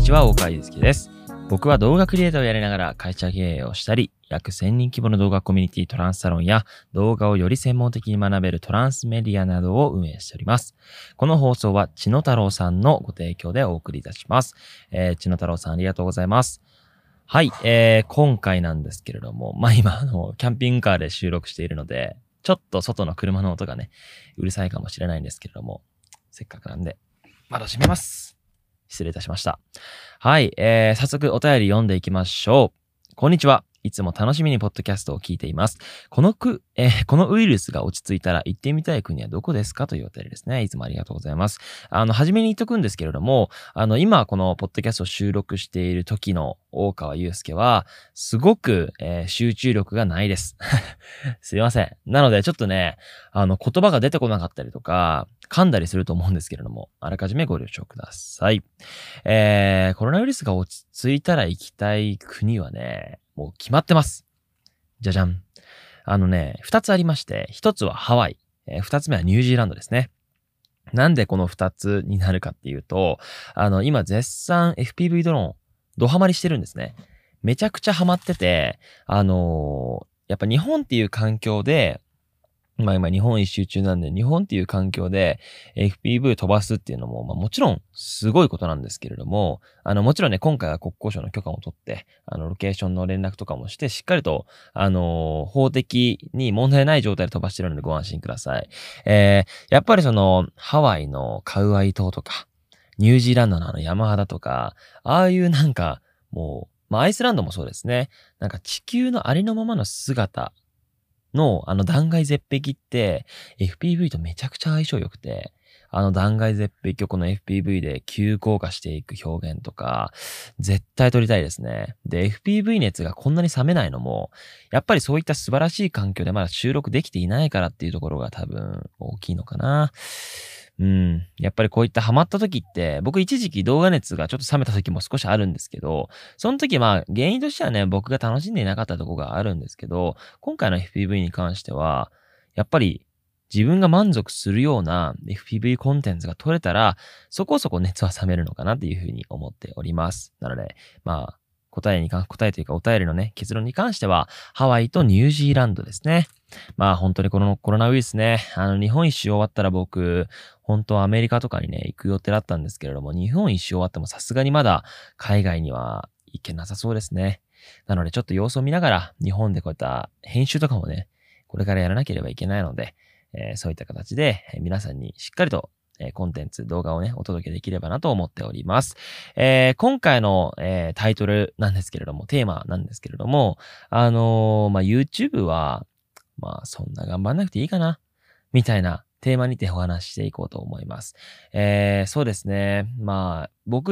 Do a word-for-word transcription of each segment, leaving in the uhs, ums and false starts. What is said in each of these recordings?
ちは、大川祐介です。僕は動画クリエイターをやりながら会社経営をしたり、約せんにん規模の動画コミュニティトランスサロンや動画をより専門的に学べるトランスメディアなどを運営しております。この放送はちの太郎さんのご提供でお送りいたします。えー、ちの太郎さんありがとうございます。はい、えー、今回なんですけれども、まあ今あの、キャンピングカーで収録しているので、ちょっと外の車の音がね、うるさいかもしれないんですけれども、せっかくなんで、窓閉めます。失礼いたしました。はい、えー、早速お便り読んでいきましょう。こんにちは。いつも楽しみにポッドキャストを聞いています。このく、えー、このウイルスが落ち着いたら行ってみたい国はどこですかというお便りですね。いつもありがとうございます。あの、初めに言っとくんですけれども、あの、今このポッドキャストを収録している時の大川祐介は、すごく、えー、集中力がないです。すいません。なので、ちょっとね、あの、言葉が出てこなかったりとか、噛んだりすると思うんですけれども、あらかじめご了承ください。えー、コロナウイルスが落ち着いたら行きたい国はね、もう決まってます。じゃじゃん。あのね、二つありまして、一つはハワイ、えー、二つ目はニュージーランドですね。なんでこの二つになるかっていうと、あの、今絶賛 エフピーブイ ドローン、ドハマりしてるんですね。めちゃくちゃハマってて、あのー、やっぱ日本っていう環境で、まあ今日本一周中なんで、日本っていう環境で エフピーブイ 飛ばすっていうのも、まあもちろんすごいことなんですけれども、あのもちろんね、今回は国交省の許可も取って、あのロケーションの連絡とかもして、しっかりと、あのー、法的に問題ない状態で飛ばしてるのでご安心ください。えー、やっぱりその、ハワイのカウアイ島とか、ニュージーランドのあの山肌とか、ああいうなんか、もう、まあアイスランドもそうですね。なんか地球のありのままの姿、の、あの断崖絶壁って、エフピーブイ とめちゃくちゃ相性良くて、あの断崖絶壁をこの エフピーブイ で急降下していく表現とか、絶対撮りたいですね。で、エフピーブイ 熱がこんなに冷めないのも、やっぱりそういった素晴らしい環境でまだ収録できていないからっていうところが多分大きいのかな。うん。やっぱりこういったハマった時って、僕一時期動画熱がちょっと冷めた時も少しあるんですけど、その時まあ原因としてはね、僕が楽しんでいなかったところがあるんですけど、今回の エフピーブイ に関しては、やっぱり自分が満足するような エフピーブイ コンテンツが撮れたら、そこそこ熱は冷めるのかなっていうふうに思っております。なので、まあ、答えにか、答えというかお便りのね、結論に関しては、ハワイとニュージーランドですね。まあ本当にこのコロナウイルスね、あの日本一周終わったら僕、本当はアメリカとかにね、行く予定だったんですけれども、日本一周終わってもさすがにまだ海外には行けなさそうですね。なのでちょっと様子を見ながら、日本でこういった編集とかもね、これからやらなければいけないので、えーそういった形で、えー皆さんにしっかりと、えーコンテンツ、動画をね、お届けできればなと思っております。えー今回の、えータイトルなんですけれども、テーマなんですけれども、あのーまあ、YouTube は、まあ、そんな頑張んなくていいかな、みたいなテーマにてお話ししていこうと思います。えーそうですね。まあ、僕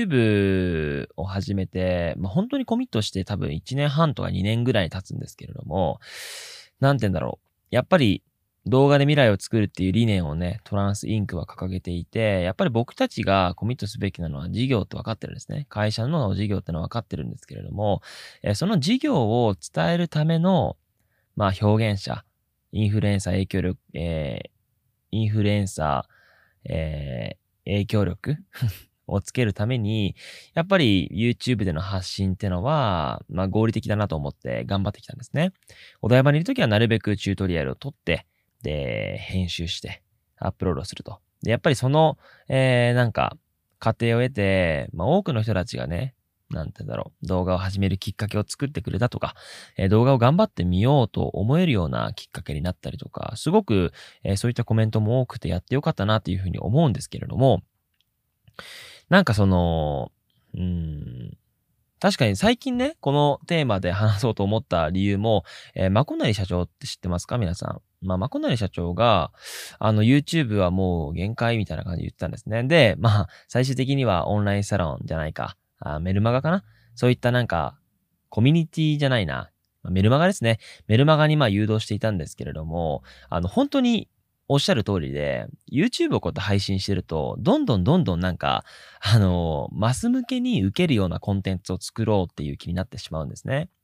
YouTube を始めて、まあ、本当にコミットして多分いちねんはんとかにねんぐらい経つんですけれども、なんて言うんだろう。やっぱり動画で未来を作るっていう理念をね、トランスインクは掲げていて、やっぱり僕たちがコミットすべきなのは事業って分かってるんですね。会社の事業ってのは分かってるんですけれども、えーその事業を伝えるための、まあ表現者、インフルエンサー影響力、えーインフルエンサー、えー影響力をつけるために、やっぱり YouTube での発信ってのは、まあ合理的だなと思って頑張ってきたんですね。お台場にいるときはなるべくチュートリアルを撮って、で、編集して、アップロードすると。で、やっぱりその、えー、なんか、過程を得て、まあ多くの人たちがね、なんて言うんだろう、動画を始めるきっかけを作ってくれたとか、えー動画を頑張ってみようと思えるようなきっかけになったりとか、すごく、えーそういったコメントも多くてやってよかったなっていうふうに思うんですけれども、なんかその、うーん、確かに最近ね、このテーマで話そうと思った理由も、えー、まこなり社長って知ってますか皆さん。まあ、まこなり社長が、あの、YouTube はもう限界みたいな感じで言ってたんですね。で、まあ、最終的にはオンラインサロンじゃないか、あメルマガかなそういったなんか、コミュニティじゃないな。メルマガですね。メルマガにまあ誘導していたんですけれども、あの、本当におっしゃる通りで、YouTube をこうやって配信してると、どんどんどんどんなんか、あの、マス向けに受けるようなコンテンツを作ろうっていう気になってしまうんですね。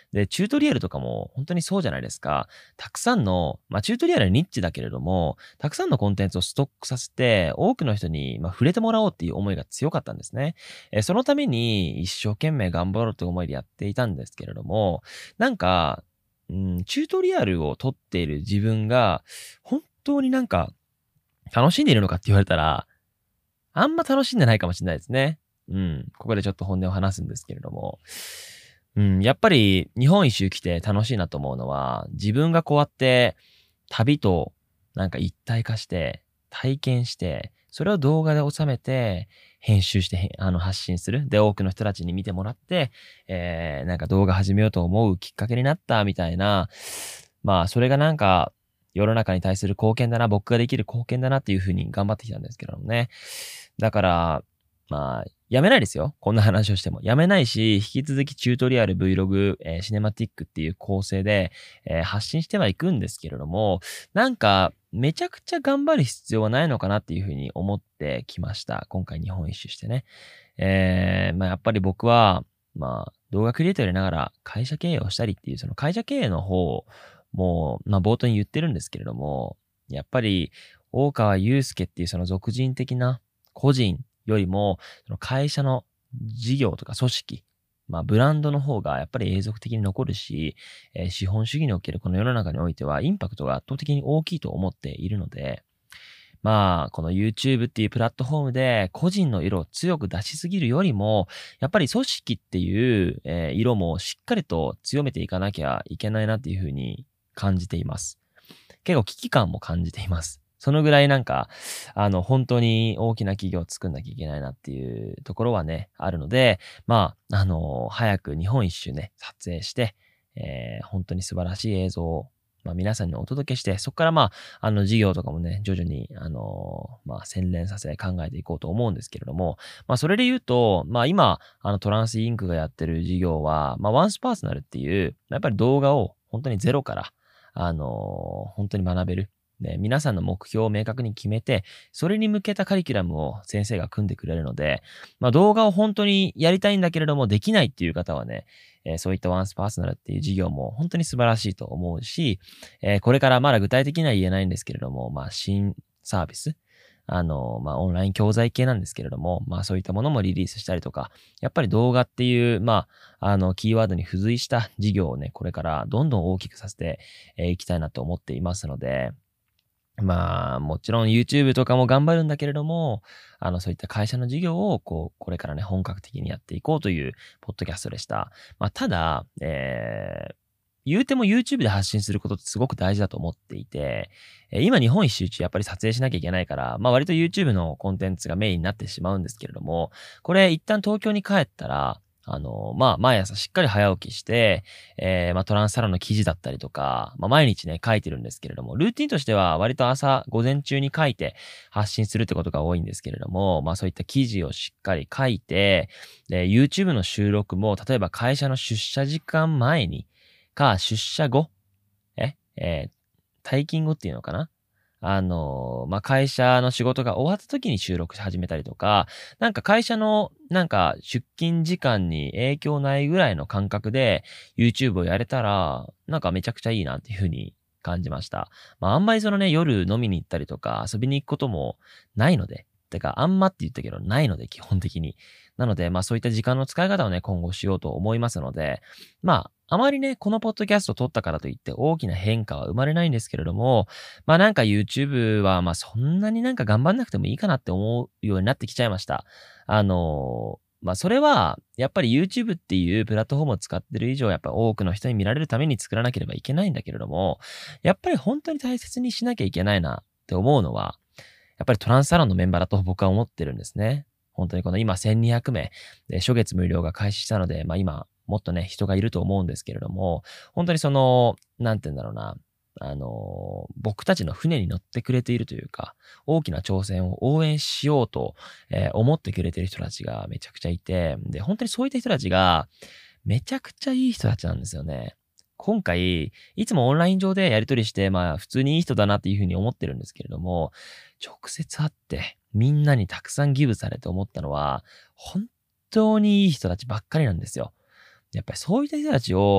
で、チュートリアルとかも本当にそうじゃないですか。たくさんの、まあチュートリアルはニッチだけれども、たくさんのコンテンツをストックさせて、多くの人に、まあ、触れてもらおうっていう思いが強かったんですね。えーそのために一生懸命頑張ろうという思いでやっていたんですけれども、なんか、うん、チュートリアルを撮っている自分が、本当になんか楽しんでいるのかって言われたら、あんま楽しんでないかもしれないですね。うん。ここでちょっと本音を話すんですけれども。うん、やっぱり日本一周来て楽しいなと思うのは、自分がこうやって旅となんか一体化して、体験して、それを動画で収めて、編集してへあの発信する。で、多くの人たちに見てもらって、えー、なんか動画始めようと思うきっかけになったみたいな、まあ、それがなんか、世の中に対する貢献だな、僕ができる貢献だなっていうふうに頑張ってきたんですけどもね。だから、まあ、やめないですよ。こんな話をしても。やめないし、引き続きチュートリアル、Vlog、えーシネマティックっていう構成で、えー発信してはいくんですけれども、なんか、めちゃくちゃ頑張る必要はないのかなっていうふうに思ってきました。今回日本一周してね。えー、まあやっぱり僕は、まあ動画クリエイターやりながら会社経営をしたりっていう、その会社経営の方も、まあ冒頭に言ってるんですけれども、やっぱり大川祐介っていうその俗人的な個人よりも、その会社の事業とか組織、まあブランドの方がやっぱり永続的に残るし、えー資本主義におけるこの世の中においてはインパクトが圧倒的に大きいと思っているので、まあ、この YouTube っていうプラットフォームで個人の色を強く出しすぎるよりも、やっぱり組織っていう、えー色もしっかりと強めていかなきゃいけないなっていうふうに感じています。結構危機感も感じています。そのぐらいなんか、あの、本当に大きな企業を作んなきゃいけないなっていうところはね、あるので、まあ、あの、早く日本一周ね、撮影して、えー本当に素晴らしい映像を、まあ、皆さんにお届けして、そこからまあ、あの、事業とかもね、徐々に、あの、まあ、洗練させ考えていこうと思うんですけれども、まあ、それで言うと、まあ、今、あの、トランスインクがやってる事業は、まあ、ワンスパーソナルっていう、やっぱり動画を本当にゼロから、あの、本当に学べる。で、皆さんの目標を明確に決めて、それに向けたカリキュラムを先生が組んでくれるので、まあ動画を本当にやりたいんだけれどもできないっていう方はね、えーそういったワンスパーソナルっていう事業も本当に素晴らしいと思うし、えーこれからまだ具体的には言えないんですけれども、まあ新サービス、あの、まあオンライン教材系なんですけれども、まあそういったものもリリースしたりとか、やっぱり動画っていう、まあ、あの、キーワードに付随した事業をね、これからどんどん大きくさせてえーいきたいなと思っていますので、まあ、もちろん YouTube とかも頑張るんだけれども、あの、そういった会社の事業を、こう、これからね、本格的にやっていこうという、ポッドキャストでした。まあ、ただ、えー、言うても YouTube で発信することってすごく大事だと思っていて、えー今日本一周中やっぱり撮影しなきゃいけないから、まあ割と YouTube のコンテンツがメインになってしまうんですけれども、これ一旦東京に帰ったら、あの、まあ、毎朝しっかり早起きして、えー、まあ、トランスサロンの記事だったりとか、まあ、毎日ね、書いてるんですけれども、ルーティンとしては割と朝、午前中に書いて発信するってことが多いんですけれども、まあ、そういった記事をしっかり書いて、で、YouTube の収録も、例えば会社の出社時間前に、か、出社後、え、えー退勤後っていうのかなあの、まあ、会社の仕事が終わった時に収録し始めたりとか、なんか会社の、なんか出勤時間に影響ないぐらいの感覚で YouTube をやれたら、なんかめちゃくちゃいいなっていうふうに感じました。まあ、あんまりそのね、夜飲みに行ったりとか遊びに行くこともないので、てか、あんまって言ったけど、ないので、基本的に。なので、まあそういった時間の使い方をね、今後しようと思いますので、まあ、あまりね、このポッドキャストを撮ったからといって大きな変化は生まれないんですけれども、まあなんか YouTube はまあそんなになんか頑張んなくてもいいかなって思うようになってきちゃいました。あのまあそれは、やっぱり YouTube っていうプラットフォームを使ってる以上、やっぱ多くの人に見られるために作らなければいけないんだけれども、やっぱり本当に大切にしなきゃいけないなって思うのは、やっぱりトランスサロンのメンバーだと僕は思ってるんですね。本当にこの今せんにひゃくめいで初月無料が開始したので、まあ今もっとね人がいると思うんですけれども、本当にその、なんて言うんだろうな、あの、僕たちの船に乗ってくれているというか、大きな挑戦を応援しようと、えー思ってくれている人たちがめちゃくちゃいて、で、本当にそういった人たちがめちゃくちゃいい人たちなんですよね。今回、いつもオンライン上でやり取りして、まあ普通にいい人だなっていうふうに思ってるんですけれども、直接会ってみんなにたくさんギブされて思ったのは、本当にいい人たちばっかりなんですよ。やっぱりそういった人たちを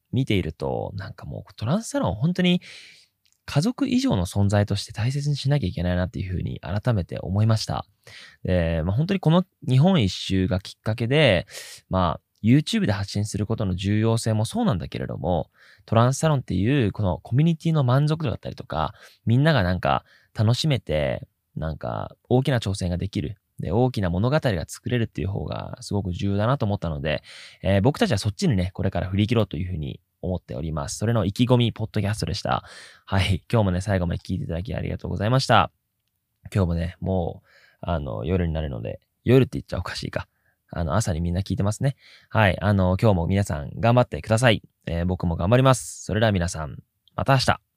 見ていると、なんかもうトランスサロン本当に家族以上の存在として大切にしなきゃいけないなっていうふうに改めて思いました。で、まあ、本当にこの日本一周がきっかけで、まあ、YouTube で発信することの重要性もそうなんだけれども、トランスサロンっていうこのコミュニティの満足度だったりとか、みんながなんか楽しめて、なんか大きな挑戦ができる。で、大きな物語が作れるっていう方がすごく重要だなと思ったので、えー僕たちはそっちにね、これから振り切ろうというふうに思っております。それの意気込み、ポッドキャストでした。はい。今日もね、最後まで聞いていただきありがとうございました。今日もね、もう、あの、夜になるので、夜って言っちゃおかしいか。あの、朝にみんな聞いてますね。はい。あの、今日も皆さん頑張ってください。えー僕も頑張ります。それでは皆さん、また明日。